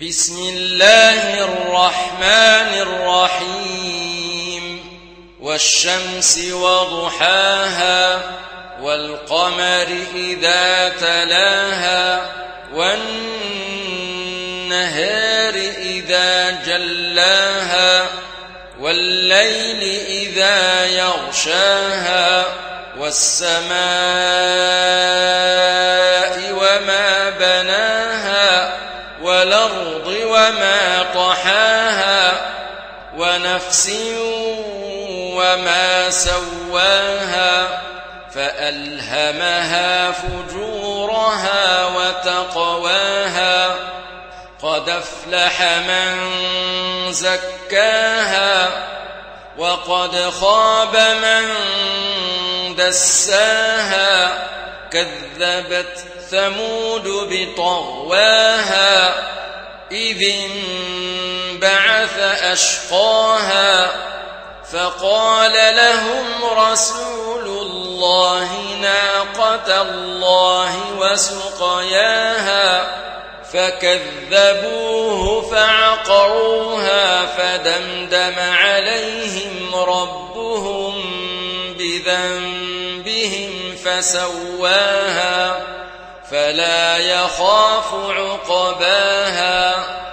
بسم الله الرحمن الرحيم والشمس وضحاها والقمر إذا تلاها والنهار إذا جلاها والليل إذا يغشاها والسماء وما بناها والأرض وما طحاها ونفس وما سواها فألهمها فجورها وتقواها قد أفلح من زكاها وقد خاب من دساها كذبت ثمود بطغواها إذ انبعث أشقاها فقال لهم رسول الله ناقة الله وسقياها فكذبوه فعقروها فدمدم عليهم ربهم بذنبهم فسواها فلا يخاف عقباها